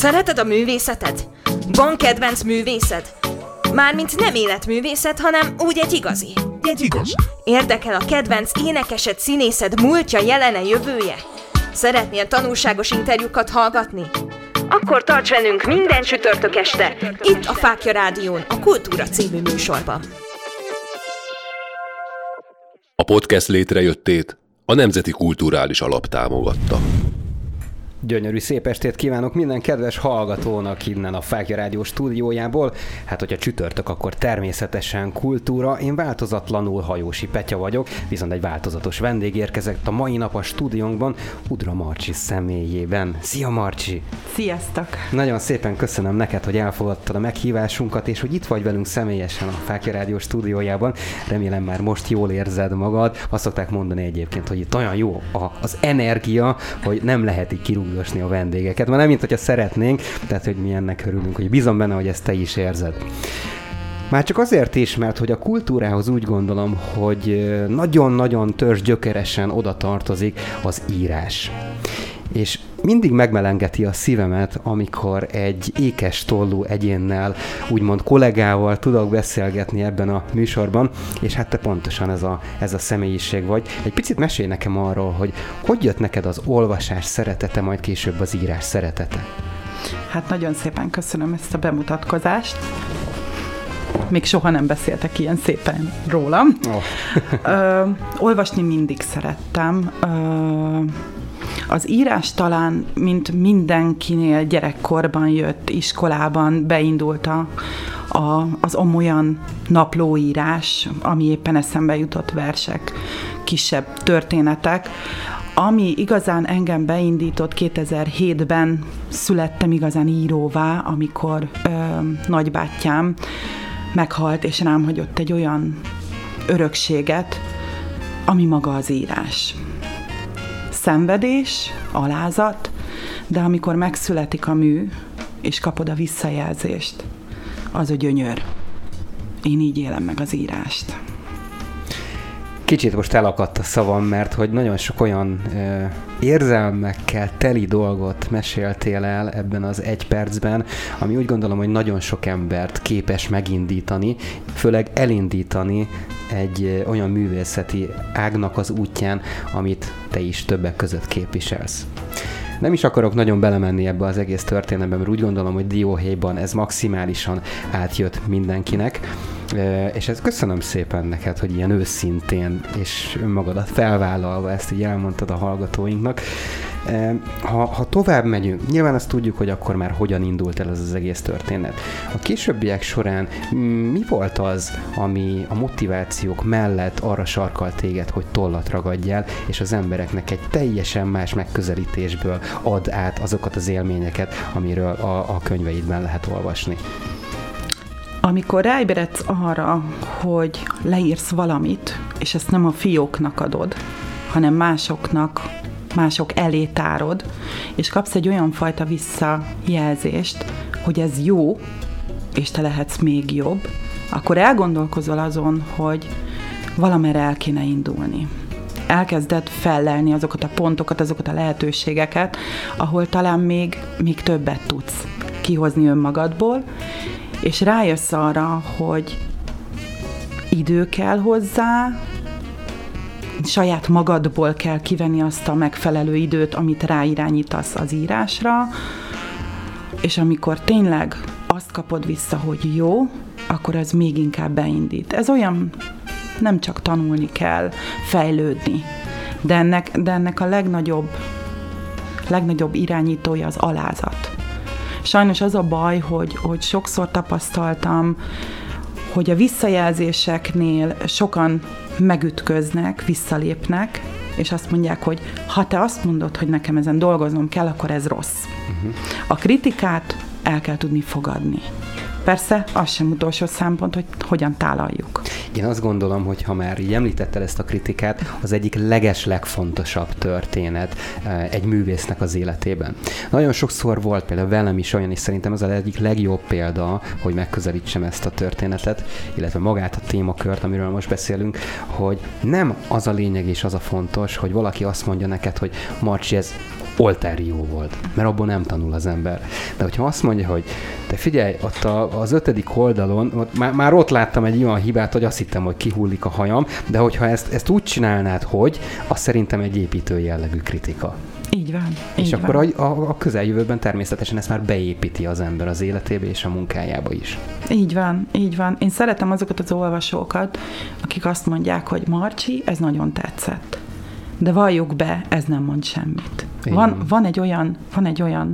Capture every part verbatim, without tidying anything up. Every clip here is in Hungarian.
Szereted a művészetet? Van kedvenc művészed? Mármint nem életművészet, hanem úgy egy igazi. Egy igazi. Érdekel a kedvenc énekesed, színészed múltja, jelene, jövője? Szeretnél tanulságos interjúkat hallgatni? Akkor tarts velünk minden csütörtök este, itt a Fáklya Rádión, a Kultúra című műsorban. A podcast létrejöttét a Nemzeti Kulturális Alap támogatta. Gyönyörű szép estét kívánok minden kedves hallgatónak innen a Fáklya Rádió stúdiójából. Hát, hogyha csütörtök, akkor természetesen kultúra. Én változatlanul Hajósi Petya vagyok, viszont egy változatos vendég érkezett a mai nap a stúdiónkban, Udra Marcsi személyében. Szia, Marcsi! Sziasztok! Nagyon szépen köszönöm neked, hogy elfogadtad a meghívásunkat, és hogy itt vagy velünk személyesen a Fáklya Rádió stúdiójában. Remélem már most jól érzed magad. Azt szokták mondani egyébként, hogy itt olyan jó az energia, hogy nem lehet így kirúgni a vendégeket. Már nem, mint hogyha szeretnénk, tehát, hogy mi ennek örülünk, hogy bízom benne, hogy ezt te is érzed. Már csak azért is, mert hogy a kultúrához úgy gondolom, hogy nagyon-nagyon törzsgyökeresen oda tartozik az írás. És mindig megmelengeti a szívemet, amikor egy ékes tollú egyénnel, úgymond kollégával tudok beszélgetni ebben a műsorban, és hát te pontosan ez a, ez a személyiség vagy. Egy picit mesélj nekem arról, hogy hogy jött neked az olvasás szeretete, majd később az írás szeretete? Hát nagyon szépen köszönöm ezt a bemutatkozást. Még soha nem beszéltek ilyen szépen rólam. Oh. Ö, olvasni mindig szerettem. Ö, Az írás talán, mint mindenkinél gyerekkorban jött, iskolában beindult a, a, az olyan naplóírás, ami éppen eszembe jutott, versek, kisebb történetek. Ami igazán engem beindított, kétezer-hétben születtem igazán íróvá, amikor ö, nagybátyám meghalt, és rám hagyott egy olyan örökséget, ami maga az írás. Szenvedés, alázat, de amikor megszületik a mű, és kapod a visszajelzést, az a gyönyör. Én így élem meg az írást. Kicsit most elakadt a szavam, mert hogy nagyon sok olyan ö, érzelmekkel teli dolgot meséltél el ebben az egy percben, ami úgy gondolom, hogy nagyon sok embert képes megindítani, főleg elindítani egy ö, olyan művészeti ágnak az útján, amit te is többek között képviselsz. Nem is akarok nagyon belemenni ebbe az egész történetbe, mert úgy gondolom, hogy dióhéjban ez maximálisan átjött mindenkinek. És ezt köszönöm szépen neked, hogy ilyen őszintén és önmagadat felvállalva ezt így elmondtad a hallgatóinknak. Ha, ha tovább megyünk, nyilván azt tudjuk, hogy akkor már hogyan indult el ez az egész történet. A későbbiek során mi volt az, ami a motivációk mellett arra sarkalt téged, hogy tollat ragadjál, és az embereknek egy teljesen más megközelítésből add át azokat az élményeket, amiről a, a könyveidben lehet olvasni? Amikor ráébredsz arra, hogy leírsz valamit, és ezt nem a fióknak adod, hanem másoknak, mások elé tárod, és kapsz egy olyan fajta visszajelzést, hogy ez jó, és te lehetsz még jobb, akkor elgondolkozol azon, hogy valamerre el kéne indulni. Elkezded fellelni azokat a pontokat, azokat a lehetőségeket, ahol talán még, még többet tudsz kihozni önmagadból, és rájössz arra, hogy idő kell hozzá, saját magadból kell kivenni azt a megfelelő időt, amit ráirányítasz az írásra, és amikor tényleg azt kapod vissza, hogy jó, akkor az még inkább beindít. Ez olyan, nem csak tanulni kell, fejlődni, de ennek, de ennek a legnagyobb, legnagyobb irányítója az alázat. Sajnos az a baj, hogy, hogy sokszor tapasztaltam, hogy a visszajelzéseknél sokan megütköznek, visszalépnek, és azt mondják, hogy ha te azt mondod, hogy nekem ezen dolgoznom kell, akkor ez rossz. Uh-huh. A kritikát el kell tudni fogadni. Persze, az sem utolsó szempont, hogy hogyan tálaljuk. Én azt gondolom, hogy ha már így említetted ezt a kritikát, az egyik leges-legfontosabb történet egy művésznek az életében. Nagyon sokszor volt például velem is olyan, és szerintem ez az egyik legjobb példa, hogy megközelítsem ezt a történetet, illetve magát a témakört, amiről most beszélünk, hogy nem az a lényeg és az a fontos, hogy valaki azt mondja neked, hogy Marcsi, ez oltárió volt, mert abból nem tanul az ember. De hogyha azt mondja, hogy te figyelj, ott a, az ötödik oldalon, ott már, már ott láttam egy olyan hibát, hogy azt hittem, hogy kihullik a hajam, de hogyha ezt, ezt úgy csinálnád, hogy, az szerintem egy építő jellegű kritika. Így van. És így akkor van. A, a, a közeljövőben természetesen ezt már beépíti az ember az életébe és a munkájába is. Így van, így van. Én szeretem azokat az olvasókat, akik azt mondják, hogy Marcsi, ez nagyon tetszett. De valljuk be, ez nem mond semmit. Van, van, egy olyan, van egy olyan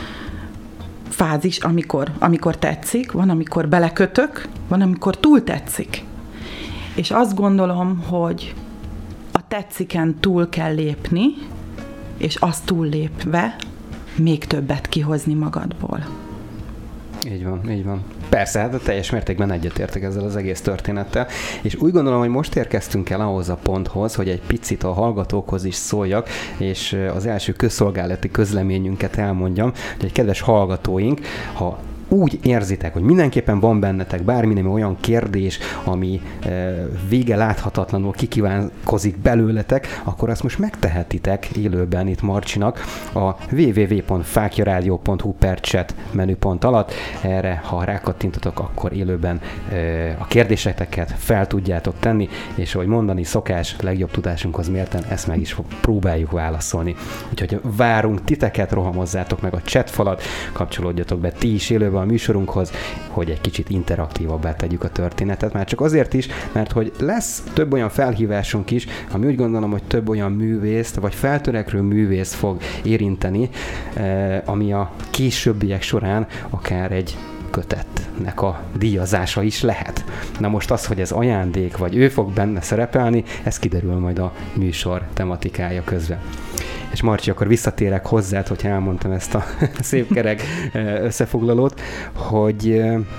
fázis, amikor, amikor tetszik, van, amikor belekötök, van, amikor túl tetszik. És azt gondolom, hogy a tetsziken túl kell lépni, és azt túllépve még többet kihozni magadból. Így van, így van. Persze, hát teljes mértékben egyetértek ezzel az egész történettel, és úgy gondolom, hogy most érkeztünk el ahhoz a ponthoz, hogy egy picit a hallgatókhoz is szóljak, és az első közszolgálati közleményünket elmondjam, hogy egy kedves hallgatóink, ha úgy érzitek, hogy mindenképpen van bennetek bármi olyan kérdés, ami e, vége láthatatlanul kikívánkozik belőletek, akkor azt most megtehetitek élőben itt Marcsinak a double-u double-u double-u pont fáklyaradio pont hu per chat menüpont alatt. Erre, ha rákattintotok, akkor élőben e, a kérdéseteket fel tudjátok tenni, és ahogy mondani szokás, legjobb tudásunkhoz mérten ezt meg is próbáljuk válaszolni. Úgyhogy várunk titeket, rohamozzátok meg a chatfalat, kapcsolódjatok be ti is élőben a műsorunkhoz, hogy egy kicsit interaktívabbá tegyük a történetet. Már csak azért is, mert hogy lesz több olyan felhívásunk is, ami úgy gondolom, hogy több olyan művészt, vagy feltörekvő művészt fog érinteni, ami a későbbiek során akár egy kötetnek a díjazása is lehet. Na most az, hogy ez ajándék, vagy ő fog benne szerepelni, ez kiderül majd a műsor tematikája közben. És Marcsi, akkor visszatérek hozzád, hogyha elmondtam ezt a szép kerek összefoglalót, hogy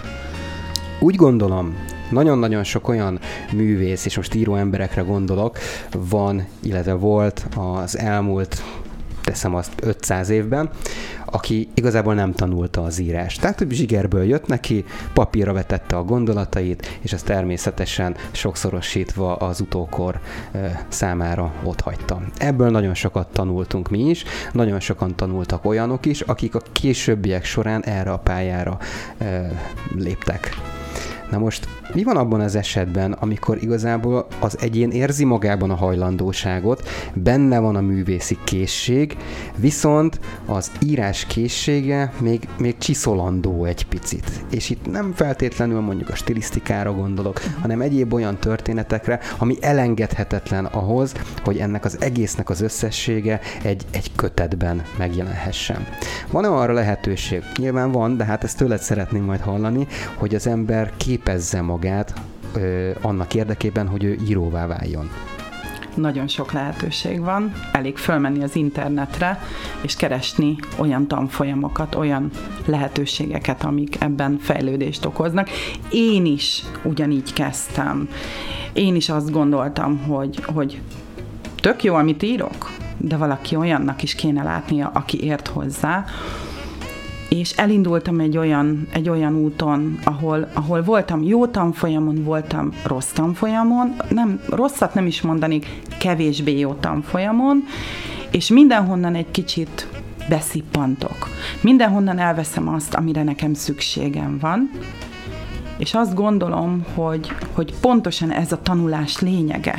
úgy gondolom, nagyon-nagyon sok olyan művész, és most író emberekre gondolok, van, illetve volt az elmúlt, teszem azt, ötszáz évben, aki igazából nem tanulta az írást. Tehát, hogy zsigerből jött neki, papírra vetette a gondolatait, és ezt természetesen sokszorosítva az utókor e, számára otthagyta. Ebből nagyon sokat tanultunk mi is, nagyon sokan tanultak olyanok is, akik a későbbiek során erre a pályára e, léptek. Na most, mi van abban az esetben, amikor igazából az egyén érzi magában a hajlandóságot, benne van a művészi készség, viszont az írás készsége még, még csiszolandó egy picit. És itt nem feltétlenül mondjuk a stilisztikára gondolok, hanem egyéb olyan történetekre, ami elengedhetetlen ahhoz, hogy ennek az egésznek az összessége egy, egy kötetben megjelenhessen. Van-e arra lehetőség? Nyilván van, de hát ezt tőled szeretném majd hallani, hogy az ember képezze magát ö, annak érdekében, hogy ő íróvá váljon. Nagyon sok lehetőség van, elég fölmenni az internetre, és keresni olyan tanfolyamokat, olyan lehetőségeket, amik ebben fejlődést okoznak. Én is ugyanígy kezdtem. Én is azt gondoltam, hogy, hogy tök jó, amit írok, de valaki olyannak is kéne látnia, aki ért hozzá, és elindultam egy olyan, egy olyan úton, ahol, ahol voltam jó tanfolyamon, voltam rossz tanfolyamon, nem, rosszat nem is mondanék, kevésbé jó tanfolyamon, és mindenhonnan egy kicsit beszippantok. Mindenhonnan elveszem azt, amire nekem szükségem van, és azt gondolom, hogy, hogy pontosan ez a tanulás lényege.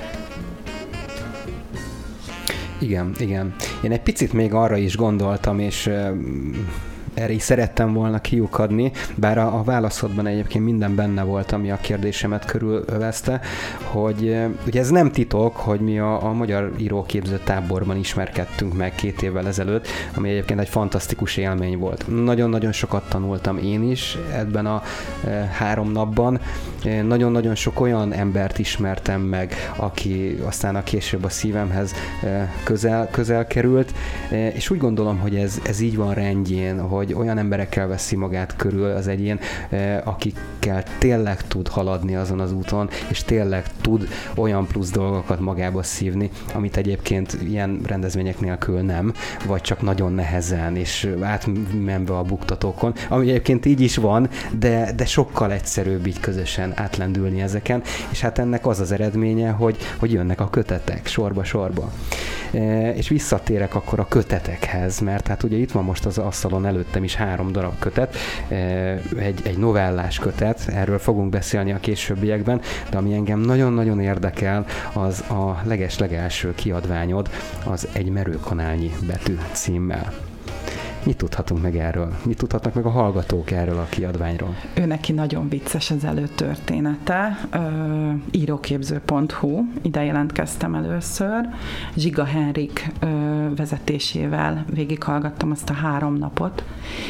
Igen, igen. Én egy picit még arra is gondoltam, és erre is szerettem volna kiukadni, bár a, a válaszodban egyébként minden benne volt, ami a kérdésemet körülövezte, hogy ugye ez nem titok, hogy mi a, a Magyar Íróképző Táborban ismerkedtünk meg két évvel ezelőtt, ami egyébként egy fantasztikus élmény volt. Nagyon-nagyon sokat tanultam én is ebben a e, három napban. E, nagyon-nagyon sok olyan embert ismertem meg, aki aztán a később a szívemhez e, közel, közel került, e, és úgy gondolom, hogy ez, ez így van rendjén, hogy hogy olyan emberekkel veszi magát körül az egyén, akikkel tényleg tud haladni azon az úton, és tényleg tud olyan plusz dolgokat magába szívni, amit egyébként ilyen rendezvények nélkül nem, vagy csak nagyon nehezen, és átmenve a buktatókon, ami egyébként így is van, de, de sokkal egyszerűbb így közösen átlendülni ezeken, és hát ennek az az eredménye, hogy, hogy jönnek a kötetek sorba-sorba. E, és visszatérek akkor a kötetekhez, mert hát ugye itt van most az asztalon előttem is három darab kötet, e, egy, egy novellás kötet, erről fogunk beszélni a későbbiekben, de ami engem nagyon-nagyon érdekel, az a leges-legelső kiadványod, az Egy merőkanálnyi betű címmel. Mit tudhatunk meg erről? Mit tudhatnak meg a hallgatók erről a kiadványról? Ő neki nagyon vicces az előtörténete. íróképző pont hu, ide jelentkeztem először. Zsiga Henrik vezetésével végighallgattam azt a három napot,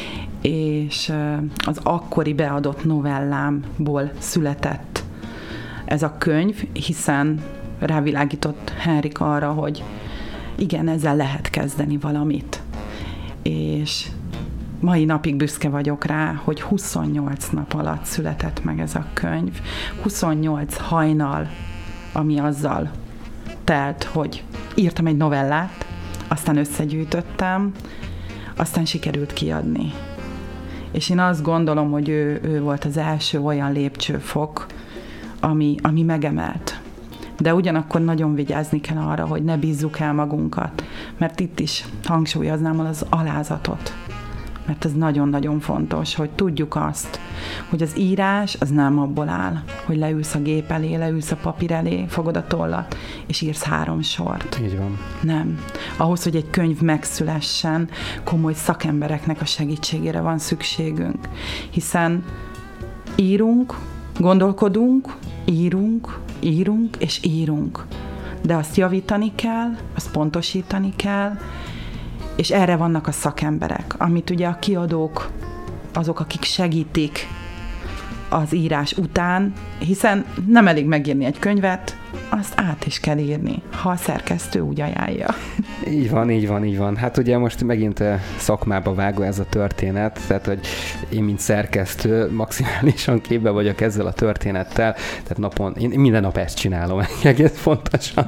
és az akkori beadott novellámból született ez a könyv, hiszen rávilágított Henrik arra, hogy igen, ezzel lehet kezdeni valamit. És mai napig büszke vagyok rá, hogy huszonnyolc nap alatt született meg ez a könyv. huszonnyolc hajnal, ami azzal telt, hogy írtam egy novellát, aztán összegyűjtöttem, aztán sikerült kiadni. És én azt gondolom, hogy ő, ő volt az első olyan lépcsőfok, ami, ami megemelt. De ugyanakkor nagyon vigyázni kell arra, hogy ne bízzuk el magunkat, mert itt is hangsúlyoznám az alázatot. Mert ez nagyon-nagyon fontos, hogy tudjuk azt, hogy az írás az nem abból áll, hogy leülsz a gép elé, leülsz a papír elé, fogod a tollat, és írsz három sort. Így van. Nem. Ahhoz, hogy egy könyv megszülessen, komoly szakembereknek a segítségére van szükségünk. Hiszen írunk, gondolkodunk, írunk, írunk és írunk. De azt javítani kell, azt pontosítani kell, és erre vannak a szakemberek, amit ugye a kiadók, azok, akik segítik az írás után, hiszen nem elég megírni egy könyvet, azt át is kell írni, ha a szerkesztő úgy ajánlja. Így van, így van, így van. Hát ugye most megint szakmába vágó ez a történet, tehát hogy én, mint szerkesztő, maximálisan képbe vagyok ezzel a történettel, tehát napon, én minden nap ezt csinálom egész pontosan.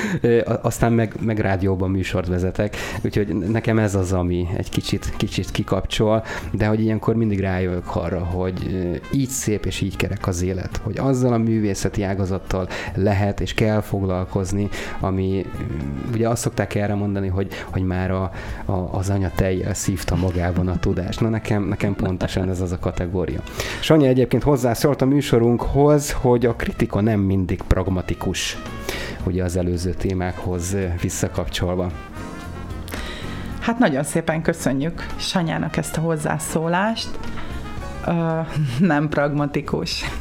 Aztán meg, meg rádióban műsort vezetek, úgyhogy nekem ez az, ami egy kicsit, kicsit kikapcsol, de hogy ilyenkor mindig rájövök arra, hogy így szép és így kerek az élet, hogy azzal a művészeti ágazattal lehet és kell foglalkozni, ami ugye azt szokták erre mondani, hogy, hogy már a, a, az anya tejjel szívta magában a tudást. Na nekem, nekem pontosan ez az a kategória. Sanyi egyébként hozzászólt a műsorunkhoz, hogy a kritika nem mindig pragmatikus, ugye az előző témákhoz visszakapcsolva. Hát nagyon szépen köszönjük Sanyának ezt a hozzászólást. Uh, nem pragmatikus.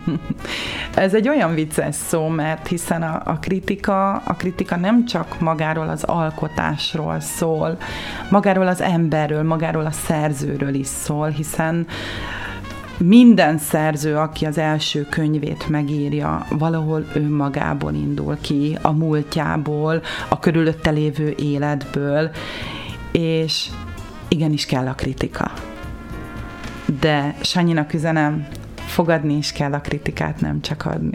Ez egy olyan vicces szó, mert hiszen a, a kritika, a kritika nem csak magáról az alkotásról szól, magáról az emberről, magáról a szerzőről is szól, hiszen minden szerző, aki az első könyvét megírja, valahol önmagából indul ki, a múltjából, a körülötte lévő életből, és igenis kell a kritika. De Sanyinak üzenem, fogadni is kell a kritikát, nem csak adni.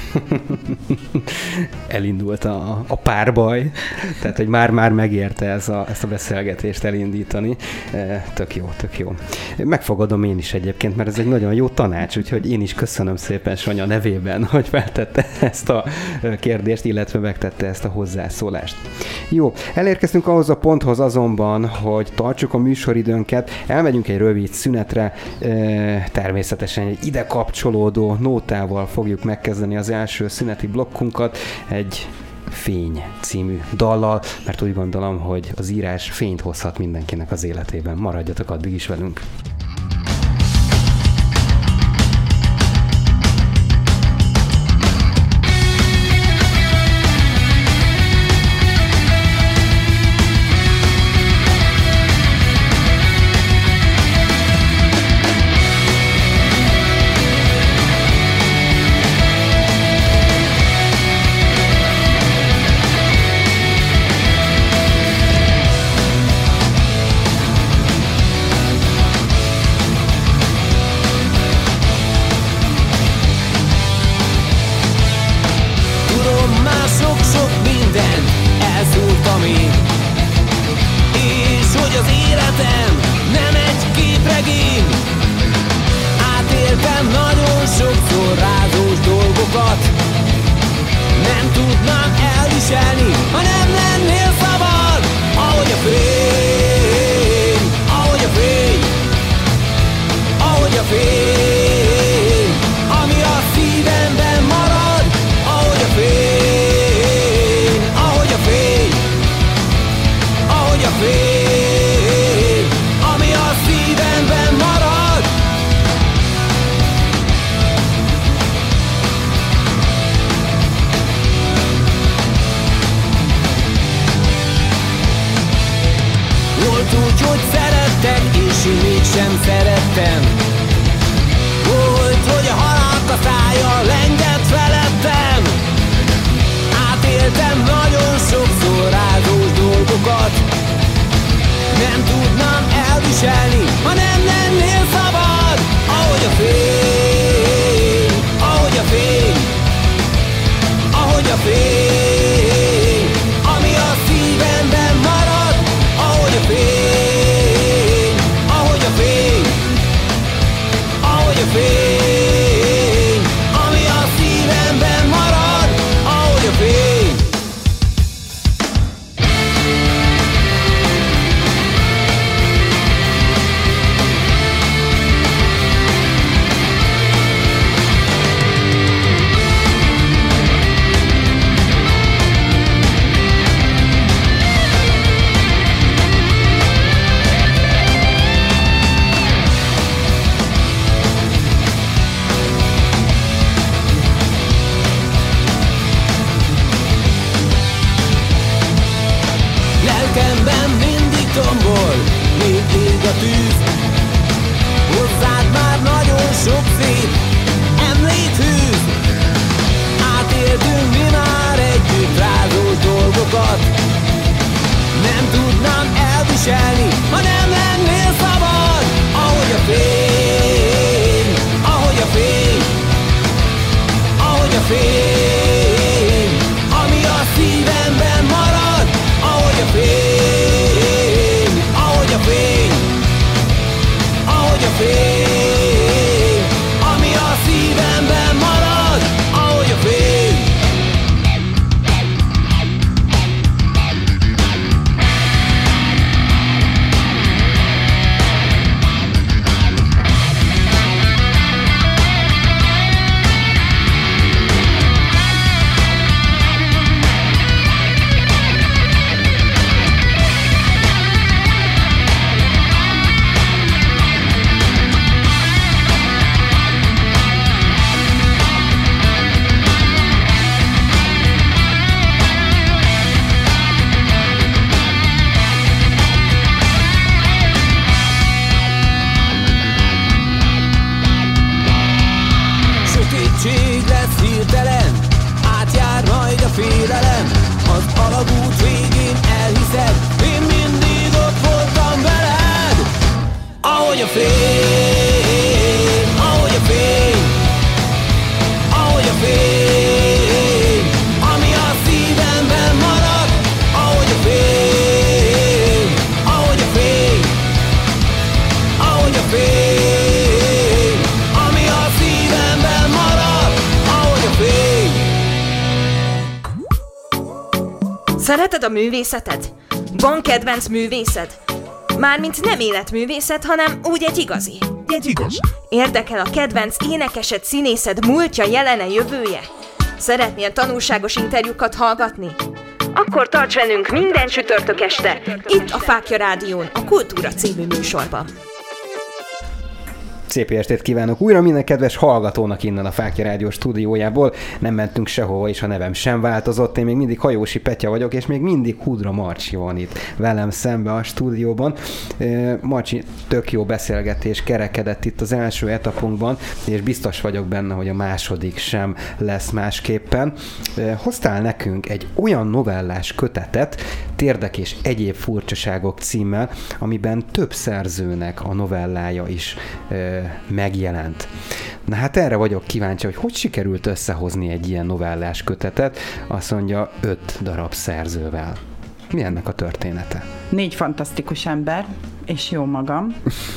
Elindult a, a párbaj, tehát hogy már-már megérte ez a, ezt a beszélgetést elindítani. E, tök jó, tök jó. Megfogadom én is egyébként, mert ez egy nagyon jó tanács, úgyhogy én is köszönöm szépen Sanya nevében, hogy feltette ezt a kérdést, illetve megtette ezt a hozzászólást. Jó, elérkeztünk ahhoz a ponthoz azonban, hogy tartsuk a műsoridőnket, elmegyünk egy rövid szünetre, e, természetesen egy ide kapcsolódó nótával fogjuk megkezdeni az első szüneti blokkunkat, egy Fény című dallal, mert úgy gondolom, hogy az írás fényt hozhat mindenkinek az életében. Maradjatok addig is velünk! szegény. Átéltem nagyon sokszor rázós dolgokat, nem tudnám elviselni, ha nem lennél szabad. Ahogy a fény, ahogy a fény, ahogy a fény, ami a szívemben marad. Ahogy a fény, ahogy a fény, ahogy a fény, ami a szívemben marad. Volt úgy, hogy szerettek, és én mégsem szerettem. Volt, hogy a halálka szája lengett felettem. Átéltem nagyon sokszor rázós dolgokat, nem tudnám elviselni, ha nem lennél szabad. Ahogy a fény, ahogy a fény, ahogy a fény, ami a szívemben marad. Ahogy a fény, ahogy a fény, ahogy a fény, ami a szívemben marad. Ahogy a fény. Lelkemben mindig tombol, még ég a tűz. Hozzád már nagyon sok szép emlét hűz. Átéltünk mi már együtt rázós dolgokat, nem tudnám elviselni, ha nem lennél szabad. Ahogy a fény, ahogy a fény, ahogy a fény, ami a szívemben marad. Ahogy a fény, ahogy a fény, ahogy a fény, ami a szívemben marad. Ahogy a fény. Sötétség lesz hirtelen, átjár majd a félelem. Az alagút végén elhiszed, én mindig ott voltam veled. Ahogy a fény, ahogy a fény, ahogy a fény, ami a szívemben marad. Ahogy a fény, ahogy a fény, ahogy a fény, ami a szívemben marad. Ahogy a fény. Szereted a művészeted? Van kedvenc művészed? Mármint nem életművészet, hanem úgy egy igazi. Egy igaz. Érdekel a kedvenc énekesed, színészed múltja, jelene, jövője? Szeretnél tanulságos interjúkat hallgatni? Akkor tarts velünk minden csütörtök este, itt a Fáklya Rádión, a Kultúra című műsorban. Szép estét kívánok újra minden kedves hallgatónak innen a Fáklya Rádió stúdiójából. Nem mentünk sehova, és a nevem sem változott. Én még mindig Hajósi Petya vagyok, és még mindig Hudra Marcsi van itt velem szembe a stúdióban. Marcsi, tök jó beszélgetés kerekedett itt az első etapunkban, és biztos vagyok benne, hogy a második sem lesz másképpen. Hoztál nekünk egy olyan novellás kötetet, Térdek és egyéb furcsaságok címmel, amiben több szerzőnek a novellája is megjelent. Na hát erre vagyok kíváncsi, hogy hogy sikerült összehozni egy ilyen novellás kötetet, azt mondja öt darab szerzővel. Mi ennek a története? Négy fantasztikus ember, és jó magam.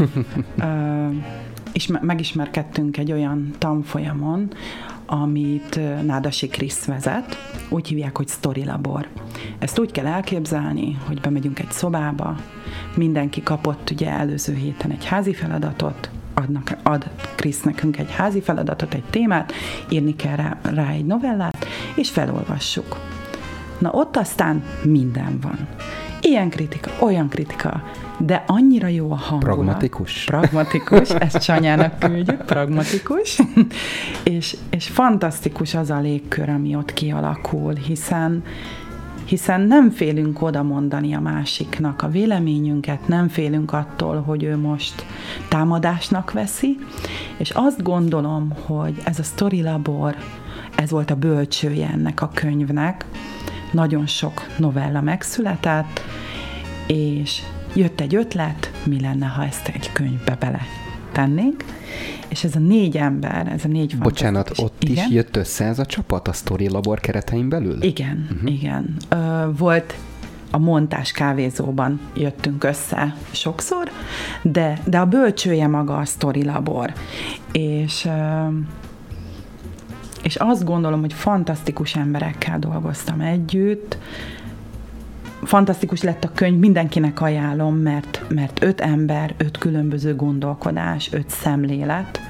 Ö, és megismerkedtünk egy olyan tanfolyamon, amit Nádasi Krisz vezet, úgy hívják, hogy Story Labor. Ezt úgy kell elképzelni, hogy bemegyünk egy szobába, mindenki kapott ugye előző héten egy házi feladatot, adnak, ad Krisz nekünk egy házi feladatot, egy témát, írni kell rá, rá egy novellát, és felolvassuk. Na ott aztán minden van. Ilyen kritika, olyan kritika, de annyira jó a hangulat. Pragmatikus. Pragmatikus, ezt Csanyának küldjük, pragmatikus. és, és fantasztikus az a légkör, ami ott kialakul, hiszen, hiszen nem félünk oda mondani a másiknak a véleményünket, nem félünk attól, hogy ő most támadásnak veszi, és azt gondolom, hogy ez a Story Labor, ez volt a bölcsője ennek a könyvnek, nagyon sok novella megszületett, és jött egy ötlet, mi lenne, ha ezt egy könyvbe bele tennénk, és ez a négy ember, ez a négy Bocsánat, ott igen? is jött össze ez a csapat a Story Labor keretein belül? Igen, uh-huh. igen. Ö, volt a Montás kávézóban jöttünk össze sokszor, de, de a bölcsője maga a Story Labor. És... Ö, és azt gondolom, hogy fantasztikus emberekkel dolgoztam együtt, fantasztikus lett a könyv, mindenkinek ajánlom, mert, mert öt ember, öt különböző gondolkodás, öt szemlélet.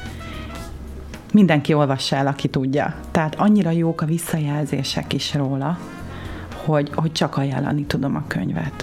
Mindenki olvassa el, aki tudja. Tehát annyira jók a visszajelzések is róla, hogy, hogy csak ajánlani tudom a könyvet.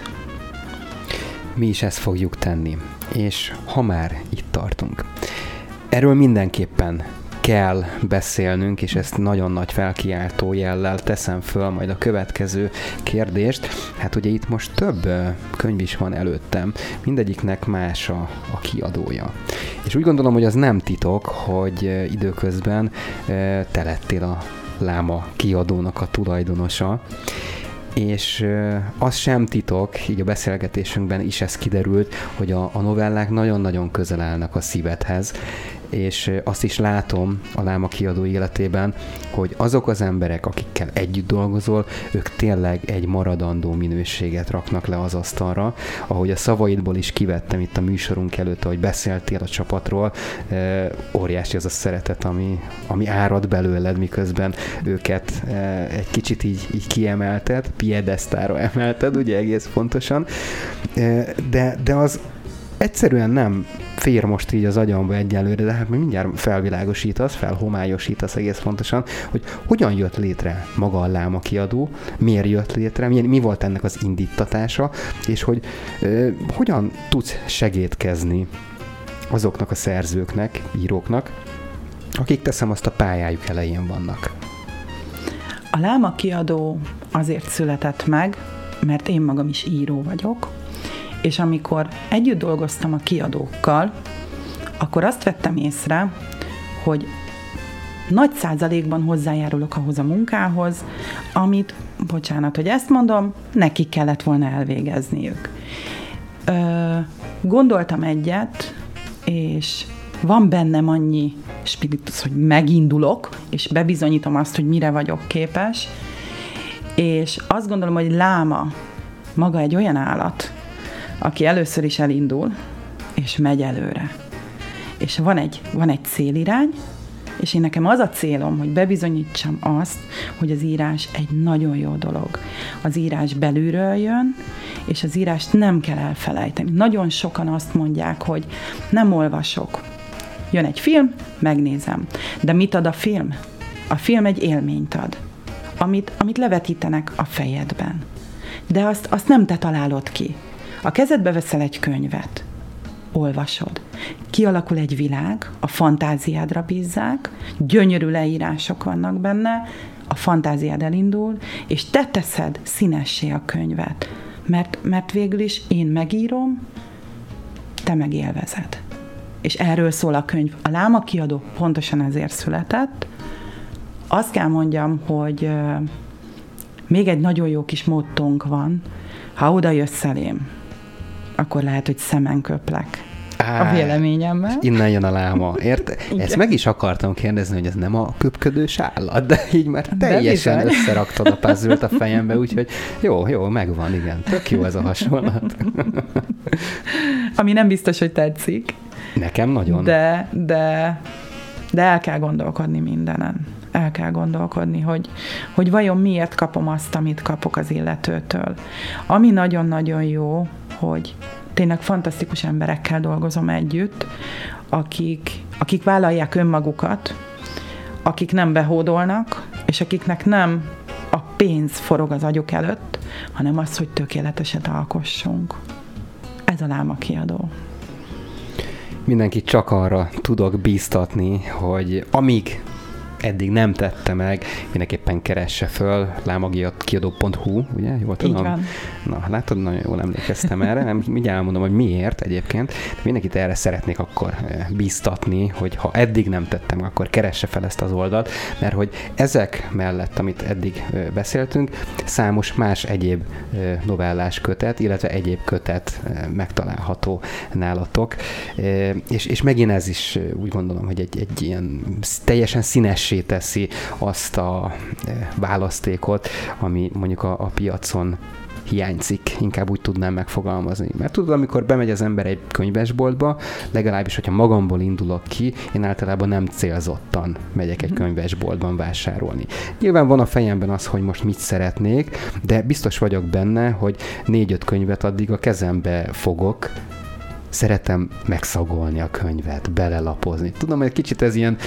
Mi is ezt fogjuk tenni. És ha már itt tartunk, erről mindenképpen kell beszélnünk, és ezt nagyon nagy felkiáltó jellel teszem föl majd a következő kérdést. Hát ugye itt most több könyv is van előttem, mindegyiknek más a, a kiadója. És úgy gondolom, hogy az nem titok, hogy időközben te lettél a Láma kiadónak a tulajdonosa, és az sem titok, így a beszélgetésünkben is ez kiderült, hogy a, a novellák nagyon-nagyon közel állnak a szívedhez, és azt is látom a Láma kiadó életében, hogy azok az emberek, akikkel együtt dolgozol, ők tényleg egy maradandó minőséget raknak le az asztalra. Ahogy a szavaidból is kivettem itt a műsorunk előtt, ahogy beszéltél a csapatról, óriási az a szeretet, ami, ami árad belőled, miközben őket egy kicsit így, így kiemelted, piedesztára emelted, ugye egész pontosan, de, de az egyszerűen nem fér most így az agyamba egyelőre, de hát mindjárt felvilágosítasz, felhomályosítasz egész pontosan, hogy hogyan jött létre maga a Láma kiadó, miért jött létre, mi, mi volt ennek az indítatása, és hogy ö, hogyan tudsz segédkezni azoknak a szerzőknek, íróknak, akik teszem azt a pályájuk elején vannak. A Láma kiadó azért született meg, mert én magam is író vagyok, és amikor együtt dolgoztam a kiadókkal, akkor azt vettem észre, hogy nagy százalékban hozzájárulok ahhoz a munkához, amit, bocsánat, hogy ezt mondom, nekik kellett volna elvégezniük. Ö, gondoltam egyet, és van bennem annyi spiritus, hogy megindulok, és bebizonyítom azt, hogy mire vagyok képes, és azt gondolom, hogy Láma maga egy olyan állat, aki először is elindul, és megy előre. És van egy, van egy célirány, és én nekem az a célom, hogy bebizonyítsam azt, hogy az írás egy nagyon jó dolog. Az írás belülről jön, és az írást nem kell elfelejteni. Nagyon sokan azt mondják, hogy nem olvasok. Jön egy film, megnézem. De mit ad a film? A film egy élményt ad, amit, amit levetítenek a fejedben. De azt, azt nem te találod ki. A kezedbe veszel egy könyvet, olvasod, kialakul egy világ, a fantáziádra bízzák, gyönyörű leírások vannak benne, a fantáziád elindul, és te teszed színessé a könyvet, mert, mert végül is én megírom, te meg élvezed. És erről szól a könyv. A Láma kiadó pontosan ezért született. Azt kell mondjam, hogy euh, még egy nagyon jó kis mottónk van, ha oda jössz elém, akkor lehet, hogy szemen köplek Á, a véleményemmel. Innen jön a Láma. Érte? Ezt meg is akartam kérdezni, hogy ez nem a köpködős állat, de így már teljesen összeraktad a puzzle-t a fejembe, úgyhogy jó, jó, megvan, igen. Tök jó ez a hasonlat. ami nem biztos, hogy tetszik. Nekem nagyon. De, de, de el kell gondolkodni mindenen. El kell gondolkodni, hogy, hogy vajon miért kapom azt, amit kapok az illetőtől. Ami nagyon-nagyon jó, hogy tényleg fantasztikus emberekkel dolgozom együtt, akik, akik vállalják önmagukat, akik nem behódolnak, és akiknek nem a pénz forog az agyuk előtt, hanem az, hogy tökéleteset alkossunk. Ez a Láma Kiadó. Mindenkit csak arra tudok bíztatni, hogy amíg eddig nem tette meg, mindenképpen keresse föl lámakiadó pont hu, ugye? Jól tudom? Így van. Na, látod, nagyon jól emlékeztem erre. Nem, mindjárt elmondom, hogy miért egyébként. De mindenkit erre szeretnék akkor bíztatni, hogy ha eddig nem tettem, akkor keresse fel ezt az oldalt, mert hogy ezek mellett, amit eddig beszéltünk, számos más egyéb novellás kötet, illetve egyéb kötet megtalálható nálatok. És, és megint ez is úgy gondolom, hogy egy, egy ilyen teljesen színes teszi azt a választékot, ami mondjuk a, a piacon hiányzik, inkább úgy tudnám megfogalmazni. Mert tudod, amikor bemegy az ember egy könyvesboltba, legalábbis, hogyha magamból indulok ki, én általában nem célzottan megyek egy könyvesboltban vásárolni. Nyilván van a fejemben az, hogy most mit szeretnék, de biztos vagyok benne, hogy négy-öt könyvet addig a kezembe fogok, szeretem megszagolni a könyvet, belelapozni. Tudom, hogy kicsit ez ilyen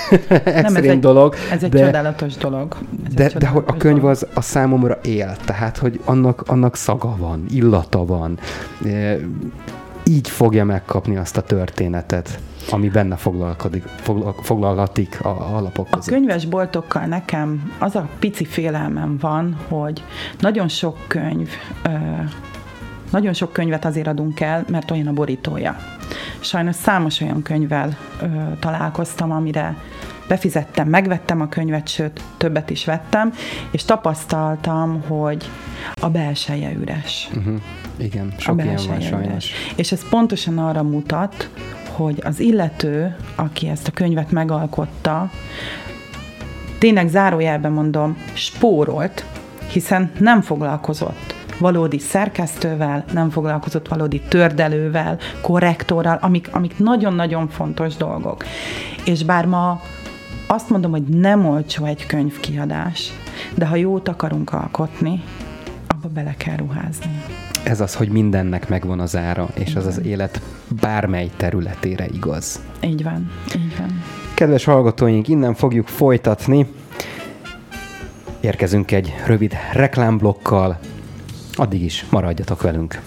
extrém dolog. Ez egy de, csodálatos dolog. Ez de, csodálatos de hogy a könyv dolog. az a számomra él, tehát, hogy annak, annak szaga van, illata van. E, így fogja megkapni azt a történetet, ami benne foglalkodik, foglal, foglalhatik a, a alapok között. A könyvesboltokkal nekem az a pici félelmem van, hogy nagyon sok könyv... Ö, Nagyon sok könyvet azért adunk el, mert olyan a borítója. Sajnos számos olyan könyvvel ö, találkoztam, amire befizettem, megvettem a könyvet, sőt, többet is vettem, és tapasztaltam, hogy a belseje üres. Uh-huh. Igen, sok ilyen van sajnos. És ez pontosan arra mutat, hogy az illető, aki ezt a könyvet megalkotta, tényleg zárójelben mondom, spórolt, hiszen nem foglalkozott valódi szerkesztővel, nem foglalkozott valódi tördelővel, korrektorral, amik, amik nagyon-nagyon fontos dolgok. És bár ma azt mondom, hogy nem olcsó egy könyvkiadás, de ha jót akarunk alkotni, abba bele kell ruházni. Ez az, hogy mindennek megvan az ára, és az az élet bármely területére igaz. Így van, így van. Kedves hallgatóink, innen fogjuk folytatni. Érkezünk egy rövid reklámblokkal. Addig is maradjatok velünk.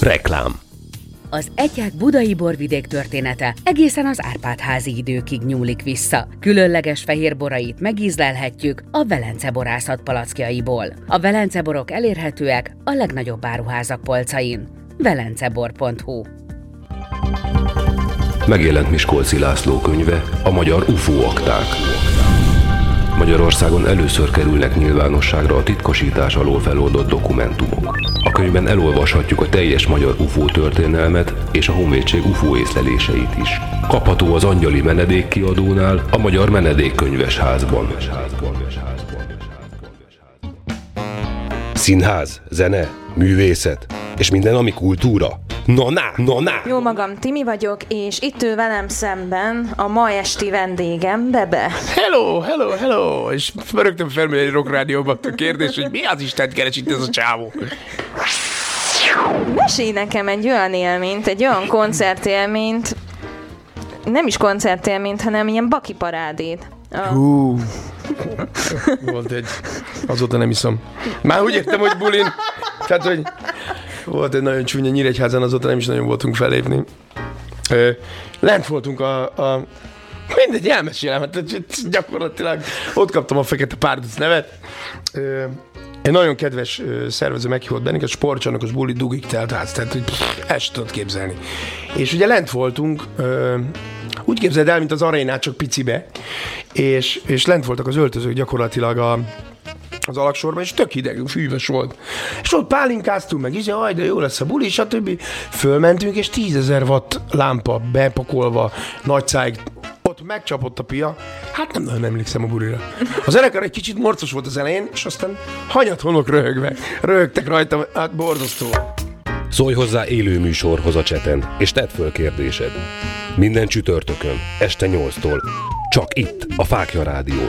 Reklám. Az Etyák budai borvidék története egészen az Árpád-házi időkig nyúlik vissza. Különleges fehér borait megízlelhetjük a Velence borászat palackjaiból. A Velence borok elérhetőek a legnagyobb áruházak polcain. velencebor pont hu. Megjelent Miskolci László könyve, a magyar u f o akták. Magyarországon először kerülnek nyilvánosságra a titkosítás alól feloldott dokumentumok. A könyvben elolvashatjuk a teljes magyar u f o történelmet és a honvédség u f o észleléseit is. Kapható az Angyali Menedék kiadónál, a Magyar Menedékkönyves Házban. Színház, zene, művészet és minden, ami kultúra. Na, na, na, na. Jó magam, Timi vagyok, és itt ül velem szemben a ma esti vendégem, Bebe. Hello, hello, hello! És rögtön felmegy egy Rock Rádióban a kérdés, hogy mi az Isten keres itt ez a csávó? Mesélj nekem egy olyan élményt, egy olyan koncertélményt, nem is koncertélményt, hanem ilyen baki parádét. Hú, volt egy, azóta nem iszom. Már úgy értem, hogy bulin, tehát, hogy volt egy nagyon csúnya Nyíregyházán, azóta nem is nagyon voltunk felépni. Ö, lent voltunk a, a mindegy, elmesélem, hát gyakorlatilag ott kaptam a Fekete Párduc nevet. Ö, egy nagyon kedves szervező meghívott bennünket, sportcsarnokos buli dugig telt ház, tehát hogy ezt sem tudod képzelni. És ugye lent voltunk, ö, úgy képzeld el, mint az arénát, csak picibe, és, és lent voltak az öltözők gyakorlatilag a az alaksorban, és tök hideg, fűvös volt. És ott pálinkáztunk meg, és jaj, de jó lesz a buli, stb. Fölmentünk, és tízezer watt lámpa bepakolva, nagy száig, ott megcsapott a pia, hát nem nagyon emlékszem a bulira. A zenekar egy kicsit morcos volt az elején, és aztán hanyat honok röhögve. Röhögtek rajta, hát borzasztó. Szólj hozzá élő műsorhoz a cseten, és tedd föl kérdésed. Minden csütörtökön, este nyolctól. Csak itt, a Fákja Rádión.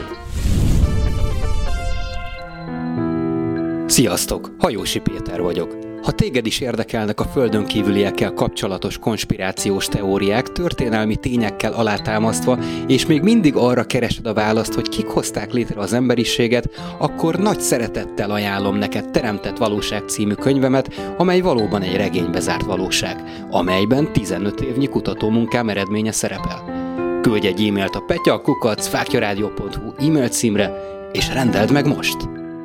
Sziasztok! Hajósi Péter vagyok. Ha téged is érdekelnek a földön kívüliekkel kapcsolatos konspirációs teóriák, történelmi tényekkel alátámasztva, és még mindig arra keresed a választ, hogy kik hozták létre az emberiséget, akkor nagy szeretettel ajánlom neked Teremtett Valóság című könyvemet, amely valóban egy regénybe zárt valóság, amelyben tizenöt évnyi kutatómunkám eredménye szerepel. Küldj egy e-mailt a petya kukac fákjaradio pont hu e-mail címre, és rendeld meg most!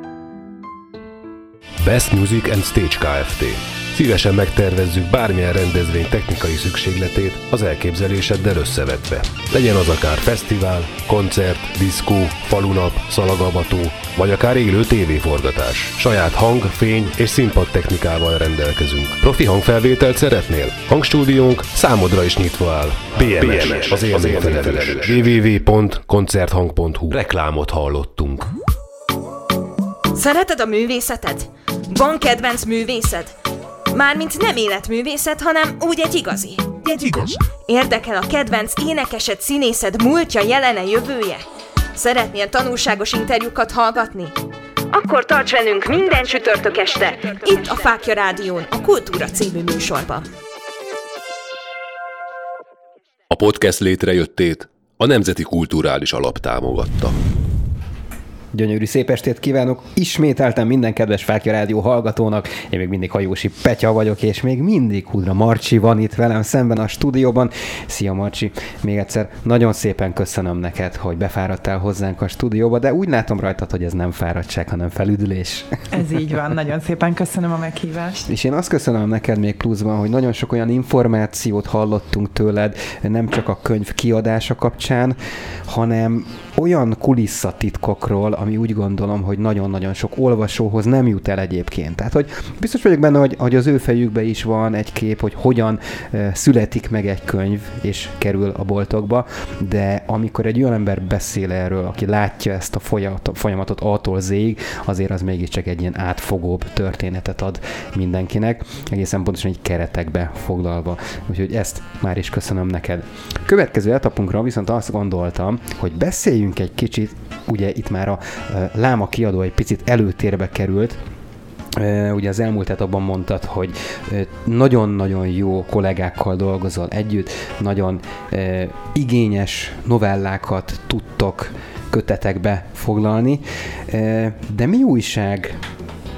Best Music and Stage Kft. Szívesen megtervezzük bármilyen rendezvény technikai szükségletét az elképzeléseddel összevetve. Legyen az akár fesztivál, koncert, diszkó, falunap, szalagavató, vagy akár élő tévéforgatás. Saját hang, fény és színpad technikával rendelkezünk. Profi hangfelvételt szeretnél? Hangstúdiónk számodra is nyitva áll. bé em es, az élményfelelős. double-u double-u double-u pont koncerthang pont hu. Reklámot hallottunk. Szereted a művészetet? Van kedvenc művészed? Mármint nem életművészet, hanem úgy egy igazi. Egy igaz. Érdekel a kedvenc énekesed, színészed múltja, jelene, jövője? Szeretnél tanulságos interjúkat hallgatni? Akkor tarts velünk minden csütörtök este, itt a Fákja Rádión, a Kultúra című műsorban. A podcast létrejöttét a Nemzeti Kulturális Alap támogatta. Gyönyörű szép estét kívánok ismételten minden kedves Fákja Rádió hallgatónak. Én még mindig Hajósi Petya vagyok, és még mindig Kudra Marcsi van itt velem szemben a stúdióban. Szia Marcsi! Még egyszer nagyon szépen köszönöm neked, hogy befáradtál hozzánk a stúdióba, de úgy látom rajtad, hogy ez nem fáradtság, hanem felüdülés. Ez így van, nagyon szépen köszönöm a meghívást. És én azt köszönöm neked még pluszban, hogy nagyon sok olyan információt hallottunk tőled, nem csak a könyv kiadása kapcsán, hanem olyan kulisszatitkokról, ami úgy gondolom, hogy nagyon-nagyon sok olvasóhoz nem jut el egyébként. Tehát, hogy biztos vagyok benne, hogy, hogy az ő fejükben is van egy kép, hogy hogyan uh, születik meg egy könyv, és kerül a boltokba, de amikor egy olyan ember beszél erről, aki látja ezt a folyamatot A-tól Z-ig, azért az mégiscsak egy ilyen átfogóbb történetet ad mindenkinek, egészen pontosan egy keretekbe foglalva. Úgyhogy ezt már is köszönöm neked. Következő etapunkra viszont azt gondoltam, hogy beszéljünk egy kicsit, ugye itt már a Láma kiadó egy picit előtérbe került. Ugye az elmúlt etapban mondtad, hogy nagyon-nagyon jó kollégákkal dolgozol együtt, nagyon igényes novellákat tudtok kötetekbe foglalni, de mi újság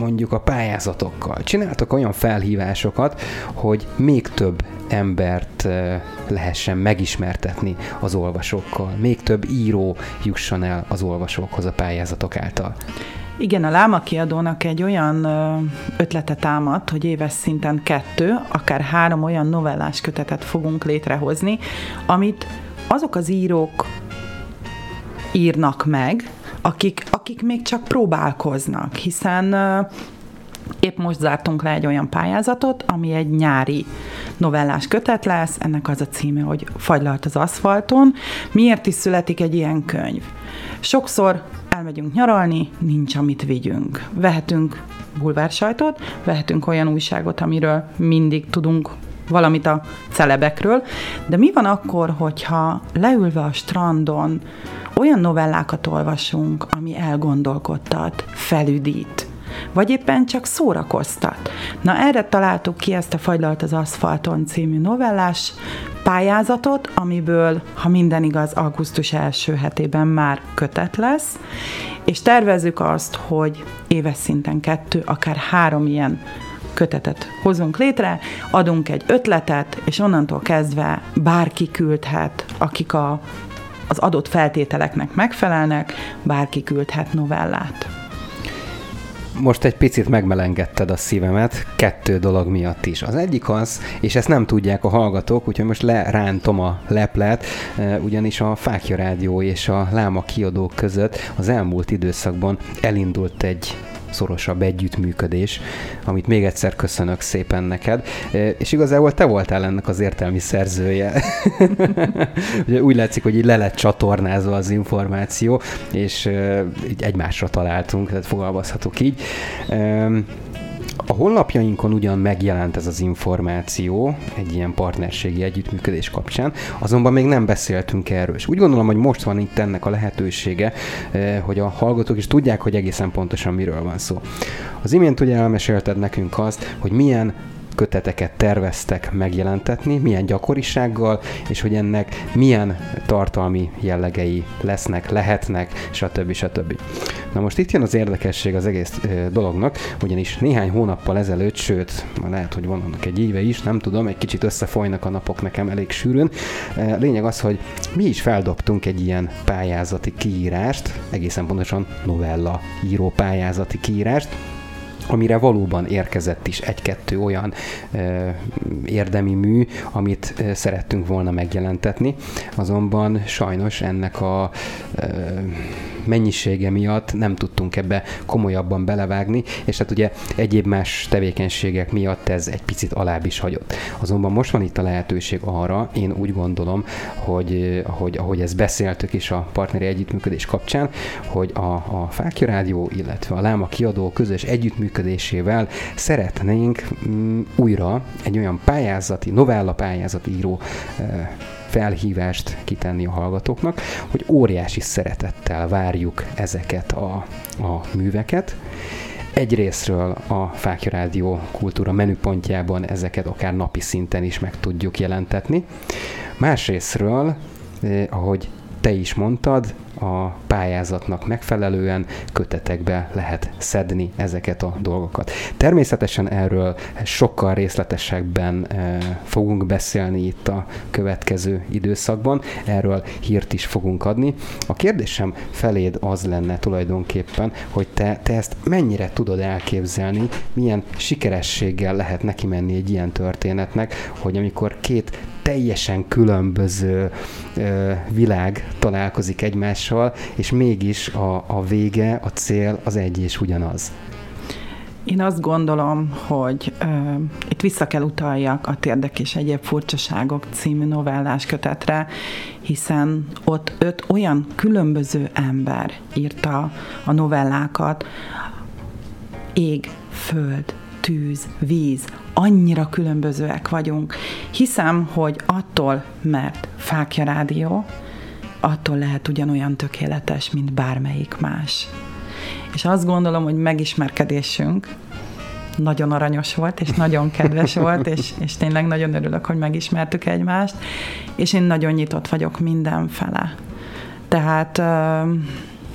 mondjuk a pályázatokkal. Csináltok olyan felhívásokat, hogy még több embert lehessen megismertetni az olvasókkal, még több író jusson el az olvasókhoz a pályázatok által. Igen, a Láma kiadónak egy olyan ötlete támadt, hogy éves szinten kettő, akár három olyan novellás kötetet fogunk létrehozni, amit azok az írók írnak meg, akik, akik még csak próbálkoznak, hiszen épp most zártunk le egy olyan pályázatot, ami egy nyári novellás kötet lesz, ennek az a címe, hogy Fagylalt az aszfalton. Miért is születik egy ilyen könyv? Sokszor elmegyünk nyaralni, nincs, amit vigyünk. Vehetünk bulvársajtot, vehetünk olyan újságot, amiről mindig tudunk valamit a celebekről, de mi van akkor, hogyha leülve a strandon olyan novellákat olvasunk, ami elgondolkodtat, felüdít, vagy éppen csak szórakoztat. Na, erre találtuk ki ezt a Fagylalt az aszfalton című novellás pályázatot, amiből, ha minden igaz, augusztus első hetében már kötet lesz, és tervezzük azt, hogy éves szinten kettő, akár három ilyen kötetet hozunk létre, adunk egy ötletet, és onnantól kezdve bárki küldhet, akik a, az adott feltételeknek megfelelnek, bárki küldhet novellát. Most egy picit megmelengedted a szívemet, kettő dolog miatt is. Az egyik az, és ezt nem tudják a hallgatók, úgyhogy most lerántom a leplet, ugyanis a Fáklya Rádió és a Láma kiadó között az elmúlt időszakban elindult egy szorosabb együttműködés, amit még egyszer köszönök szépen neked, és igazából te voltál ennek az értelmi szerzője. Úgy látszik, hogy így le lett csatornázva az információ, és így egymásra találtunk, tehát fogalmazhatok így. A honlapjainkon ugyan megjelent ez az információ egy ilyen partnerségi együttműködés kapcsán, azonban még nem beszéltünk erről. És úgy gondolom, hogy most van itt ennek a lehetősége, hogy a hallgatók is tudják, hogy egészen pontosan miről van szó. Az imént ugye elmesélted nekünk azt, hogy milyen köteteket terveztek megjelentetni, milyen gyakorisággal, és hogy ennek milyen tartalmi jellegei lesznek, lehetnek, stb. stb. Na most itt jön az érdekesség az egész e, dolognak, ugyanis néhány hónappal ezelőtt, sőt, lehet, hogy van annak egy éve is, nem tudom, egy kicsit összefolynak a napok nekem elég sűrűn. E, lényeg az, hogy mi is feldobtunk egy ilyen pályázati kiírást, egészen pontosan novella író pályázati kiírást, amire valóban érkezett is egy-kettő olyan e, érdemi mű, amit e, szerettünk volna megjelentetni, azonban sajnos ennek a e, mennyisége miatt nem tudtunk ebbe komolyabban belevágni, és hát ugye egyéb más tevékenységek miatt ez egy picit alább is hagyott. Azonban most van itt a lehetőség arra, én úgy gondolom, hogy ahogy, ahogy ezt beszéltük is a partneri együttműködés kapcsán, hogy a, a Fáklya Rádió, illetve a Láma kiadó közös együttműködésével szeretnénk mm, újra egy olyan pályázati, novella pályázati író e, felhívást kitenni a hallgatóknak, hogy óriási szeretettel várjuk ezeket a, a műveket. Egyrészről a Fáklya Rádió kultúra menüpontjában ezeket akár napi szinten is meg tudjuk jelentetni. Másrészről, eh, ahogy te is mondtad, a pályázatnak megfelelően kötetekbe lehet szedni ezeket a dolgokat. Természetesen erről sokkal részletesebben e, fogunk beszélni itt a következő időszakban, erről hírt is fogunk adni. A kérdésem feléd az lenne tulajdonképpen, hogy te, te ezt mennyire tudod elképzelni, milyen sikerességgel lehet neki menni egy ilyen történetnek, hogy amikor két teljesen különböző ö, világ találkozik egymással, és mégis a, a vége, a cél az egy és ugyanaz. Én azt gondolom, hogy ö, itt vissza kell utaljak a Térdek és egyéb furcsaságok című novellás kötetre, hiszen ott öt olyan különböző ember írta a novellákat, ég, föld, tűz, víz, annyira különbözőek vagyunk. Hiszem, hogy attól, mert Fáklya Rádió, attól lehet ugyanolyan tökéletes, mint bármelyik más. És azt gondolom, hogy megismerkedésünk nagyon aranyos volt, és nagyon kedves volt, és, és tényleg nagyon örülök, hogy megismertük egymást, és én nagyon nyitott vagyok mindenfele. Tehát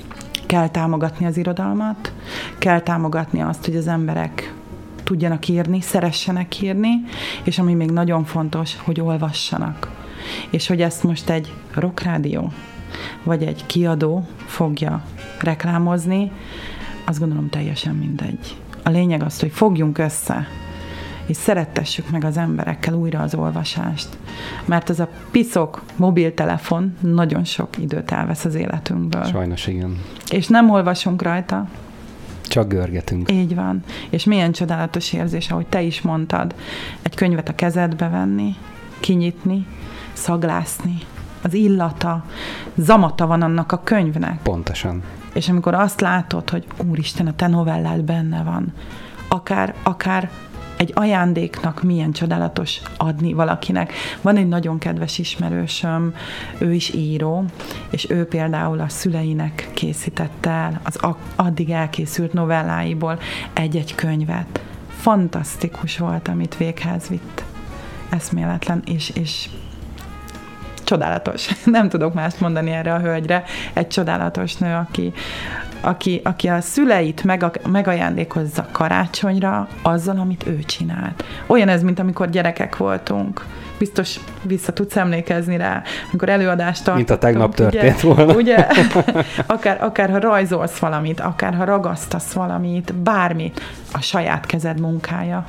kell támogatni az irodalmat, kell támogatni azt, hogy az emberek tudjanak írni, szeressenek írni, és ami még nagyon fontos, hogy olvassanak. És hogy ezt most egy rockrádió, vagy egy kiadó fogja reklámozni, azt gondolom teljesen mindegy. A lényeg az, hogy fogjunk össze, és szerettessük meg az emberekkel újra az olvasást. Mert ez a piszok mobiltelefon nagyon sok időt elvesz az életünkből. Sajnos igen. És nem olvasunk rajta. Csak görgetünk. Így van. És milyen csodálatos érzés, ahogy te is mondtad, egy könyvet a kezedbe venni, kinyitni, szaglászni. Az illata, zamata van annak a könyvnek. Pontosan. És amikor azt látod, hogy úristen, a te novellád benne van, akár, akár egy ajándéknak milyen csodálatos adni valakinek. Van egy nagyon kedves ismerősöm, ő is író, és ő például a szüleinek készítette el az addig elkészült novelláiból egy-egy könyvet. Fantasztikus volt, amit véghez vitt. Eszméletlen, és, és csodálatos. Nem tudok mást mondani erre a hölgyre. Egy csodálatos nő, aki, aki, aki a szüleit meg, megajándékozza karácsonyra azzal, amit ő csinált. Olyan ez, mint amikor gyerekek voltunk. Biztos vissza tudsz emlékezni rá, amikor előadást tartottunk. Mint a tegnap történt ugye, volna. Ugye? Akár, akár ha rajzolsz valamit, akár ha ragasztasz valamit, bármit, a saját kezed munkája.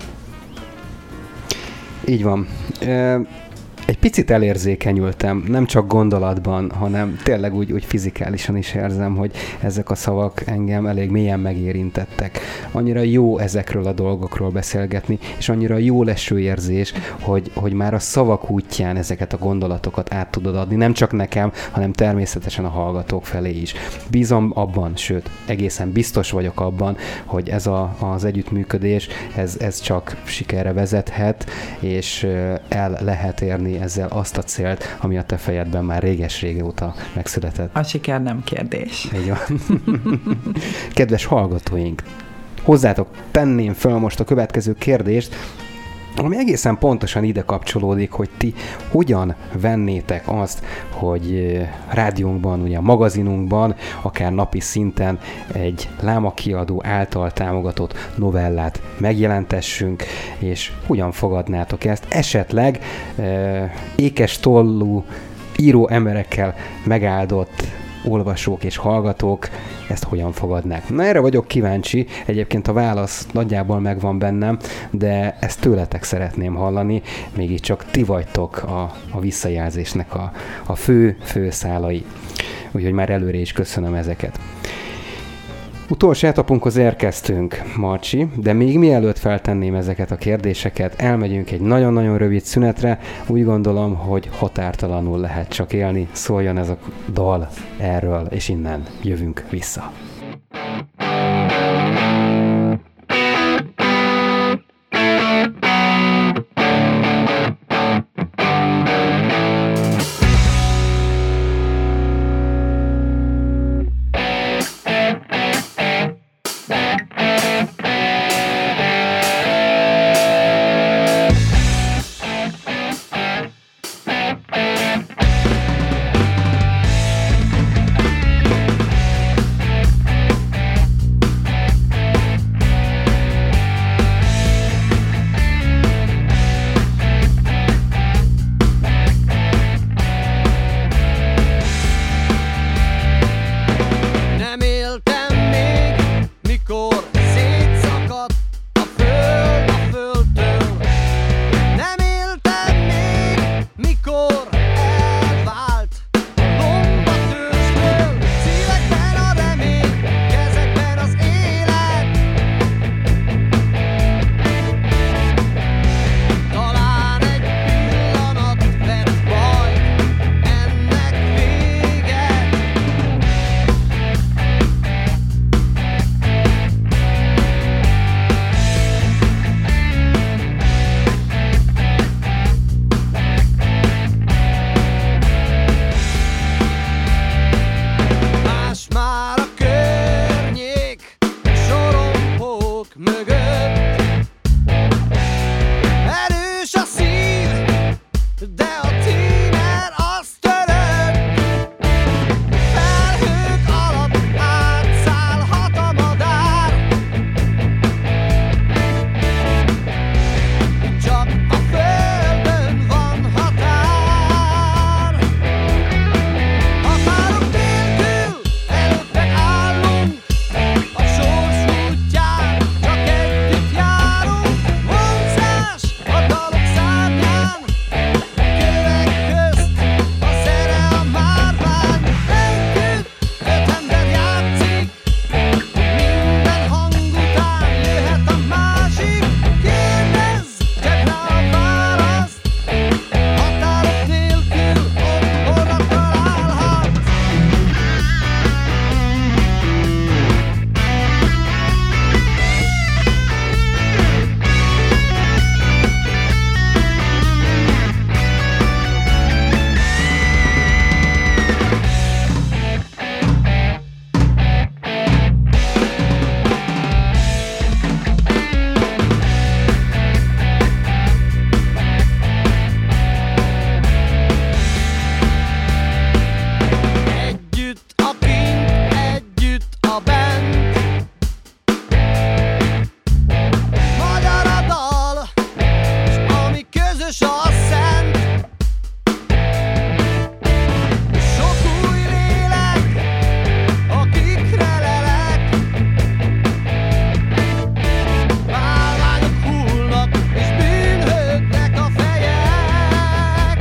Így van. Egy picit elérzékenyültem, nem csak gondolatban, hanem tényleg úgy, úgy fizikálisan is érzem, hogy ezek a szavak engem elég mélyen megérintettek. Annyira jó ezekről a dolgokról beszélgetni, és annyira jó leső érzés, hogy, hogy már a szavak útján ezeket a gondolatokat át tudod adni, nem csak nekem, hanem természetesen a hallgatók felé is. Bízom abban, sőt, egészen biztos vagyok abban, hogy ez a, az együttműködés, ez, ez csak sikerre vezethet, és el lehet érni ezzel azt a célt, ami a te fejedben már réges-rége óta megszületett. A siker nem kérdés. Így van. Kedves hallgatóink, hozzátok tenném fel most a következő kérdést, ami egészen pontosan ide kapcsolódik, hogy ti hogyan vennétek azt, hogy rádiónkban, ugye a magazinunkban, akár napi szinten egy Láma kiadó által támogatott novellát megjelentessünk, és hogyan fogadnátok ezt? Esetleg e, ékes tollú író emberekkel megáldott olvasók és hallgatók ezt hogyan fogadnák. Na, erre vagyok kíváncsi, egyébként a válasz nagyjából megvan bennem, de ezt tőletek szeretném hallani, mégiscsak ti vagytok a, a visszajelzésnek a, a fő, fő szálai. Úgyhogy már előre is köszönöm ezeket. Utolsó etapunkhoz érkeztünk, Marcsi, de még mielőtt feltenném ezeket a kérdéseket, elmegyünk egy nagyon-nagyon rövid szünetre. Úgy gondolom, hogy határtalanul lehet csak élni. Szóljon ez a dal erről, és innen jövünk vissza. közös a szent. Sok új lélek, akikre lelek. Bálványok hullnak, és bűnhődnek a fejek.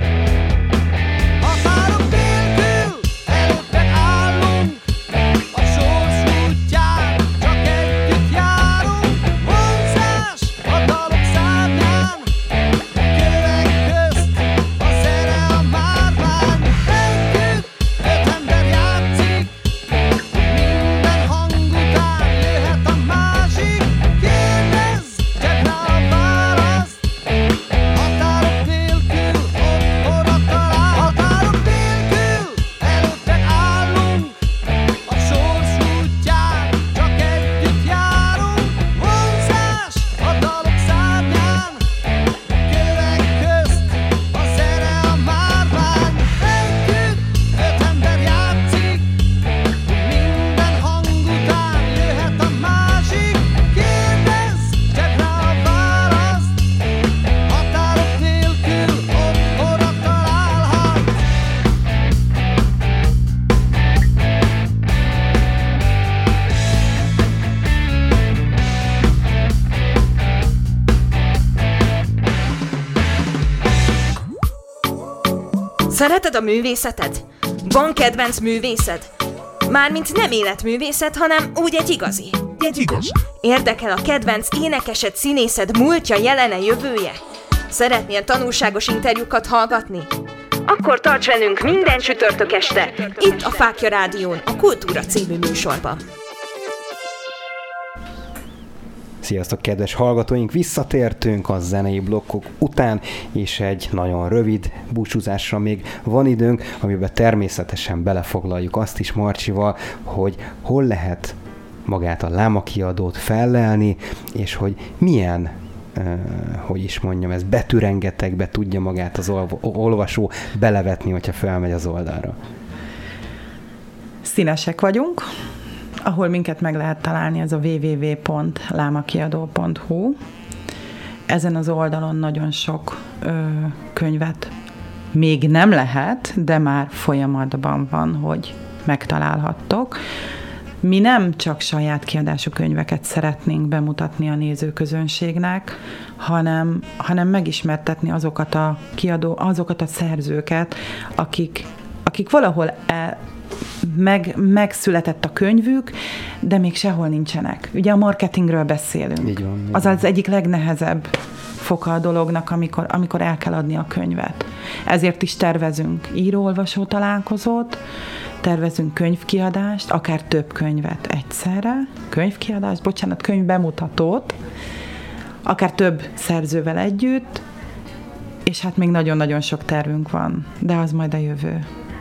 Határok nélkül előtted állunk, a sors útján csak együtt járunk. Vonzás a dalok szárnyán, kövek közt a szerelem márvány. Együtt öt ember játszik, minden hang után jöhet a másik. Kérdezz, csak rá a választ, határok nélkül otthonra talál. Határok nélkül előtted állunk, a sors útján csak együtt járunk. Vonzás a dalok szárnyán, kövek közt a szerelem márvány. Együtt öt ember játszik, minden hang után jöhet a másik. Kérdezz, csak rá a választ, határok nélkül otthonra találhat. Szereted a művészetet? Van kedvenc művészed? Mármint nem életművészet, hanem úgy egy igazi. Egy igaz. Érdekel a kedvenc énekesed, színészed múltja, jelene, jövője? Szeretnél tanulságos interjúkat hallgatni? Akkor tarts velünk minden csütörtök este, itt a Fáklya Rádión, a Kultúra című műsorban. Sziasztok, kedves hallgatóink! Visszatértünk a zenei blokkok után, és egy nagyon rövid búcsúzásra még van időnk, amiben természetesen belefoglaljuk azt is Marcsival, hogy hol lehet magát a Láma kiadót fellelni, és hogy milyen, uh, hogy is mondjam, ez betűrengetegbe tudja magát az olv- olvasó belevetni, hogyha felmegy az oldalra. Színesek vagyunk, ahol minket meg lehet találni, ez a double-u double-u double-u pont lámakiadó pont hu. Ezen az oldalon nagyon sok ö, könyvet még nem lehet, de már folyamatban van, hogy megtalálhattok. Mi nem csak saját kiadású könyveket szeretnénk bemutatni a nézőközönségnek, hanem, hanem megismertetni azokat a kiadó, azokat a szerzőket, akik, akik valahol el, Meg, megszületett a könyvük, de még sehol nincsenek. Ugye a marketingről beszélünk. Így van, így az van. az egyik legnehezebb foka a dolognak, amikor, amikor el kell adni a könyvet. Ezért is tervezünk író-olvasó találkozót, tervezünk könyvkiadást, akár több könyvet egyszerre, könyvkiadást, bocsánat, könyvbemutatót, akár több szerzővel együtt, és hát még nagyon-nagyon sok tervünk van, de az majd a jövő.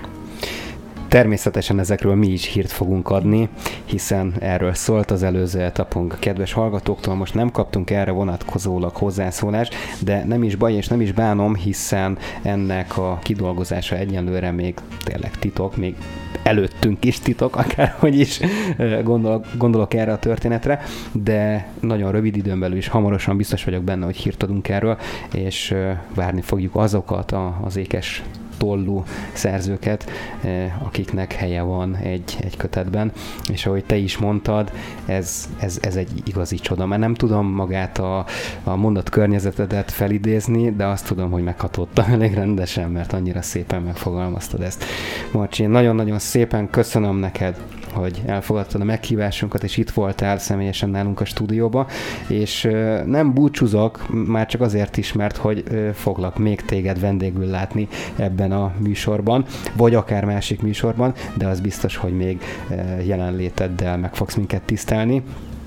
Természetesen ezekről mi is hírt fogunk adni, hiszen erről szólt az előző etapunk. A kedves hallgatóktól most nem kaptunk erre vonatkozólag hozzászólást, de nem is baj és nem is bánom, hiszen ennek a kidolgozása egyenlőre még tényleg titok, még előttünk is titok, akárhogy is gondolok, gondolok erre a történetre, de nagyon rövid időn belül is hamarosan biztos vagyok benne, hogy hírt adunk erről, és várni fogjuk azokat az ékes tollú szerzőket, akiknek helye van egy, egy kötetben, és ahogy te is mondtad, ez, ez, ez egy igazi csoda, mert nem tudom magát a, a mondat környezetedet felidézni, de azt tudom, hogy meghatottam elég rendesen, mert annyira szépen megfogalmaztad ezt. Marcsi, én nagyon-nagyon szépen köszönöm neked, hogy elfogadtad a meghívásunkat, és itt voltál személyesen nálunk a stúdióba, és nem búcsúzok, már csak azért is, mert hogy foglak még téged vendégül látni ebben a műsorban, vagy akár másik műsorban, de az biztos, hogy még jelenléteddel meg fogsz minket tisztelni.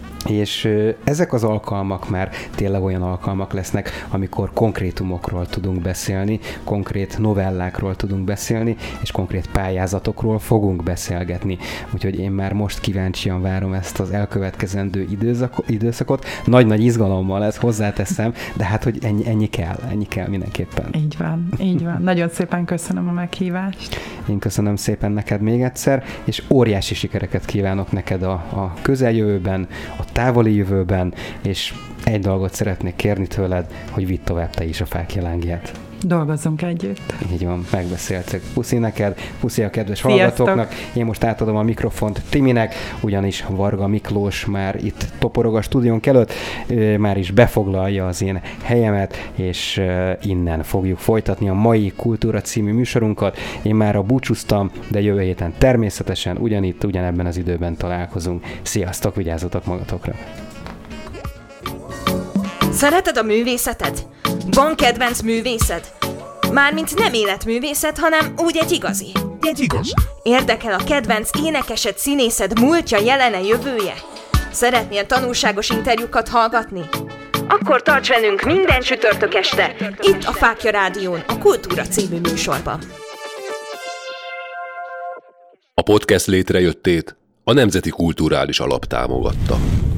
És ezek az alkalmak már tényleg olyan alkalmak lesznek, amikor konkrétumokról tudunk beszélni, konkrét novellákról tudunk beszélni, és konkrét pályázatokról fogunk beszélgetni. Úgyhogy én már most kíváncsian várom ezt az elkövetkezendő időszakot. Nagy-nagy izgalommal ezt hozzáteszem, de hát, hogy ennyi, ennyi kell, ennyi kell mindenképpen. Így van, így van. Nagyon szépen köszönöm a meghívást. Én köszönöm szépen neked még egyszer, és óriási sikereket kívánok neked a, a közeljövőben, a távoli jövőben, és egy dolgot szeretnék kérni tőled, hogy vidd tovább te is a Fáklya lángját. Dolgozzunk együtt. Így van, megbeszéltük. Puszi neked, puszi a kedves hallgatóknak. Én most átadom a mikrofont Timinek, ugyanis Varga Miklós már itt toporog a stúdiónk előtt, már is befoglalja az én helyemet, és innen fogjuk folytatni a mai Kultúra című műsorunkat. Én már a búcsúztam, de jövő héten természetesen ugyanitt, ugyanebben az időben találkozunk. Sziasztok, vigyázzatok magatokra! Szereted a művészetet? Van kedvenc művészed? Mármint nem életművészet, hanem úgy egy igazi. Egy igazi. Érdekel a kedvenc énekesed, színészed múltja, jelene, jövője? Szeretnél tanulságos interjúkat hallgatni? Akkor tarts velünk minden csütörtök este, itt a Fáklya Rádión, a Kultúra című műsorban. A podcast létrejöttét a Nemzeti Kulturális Alap támogatta.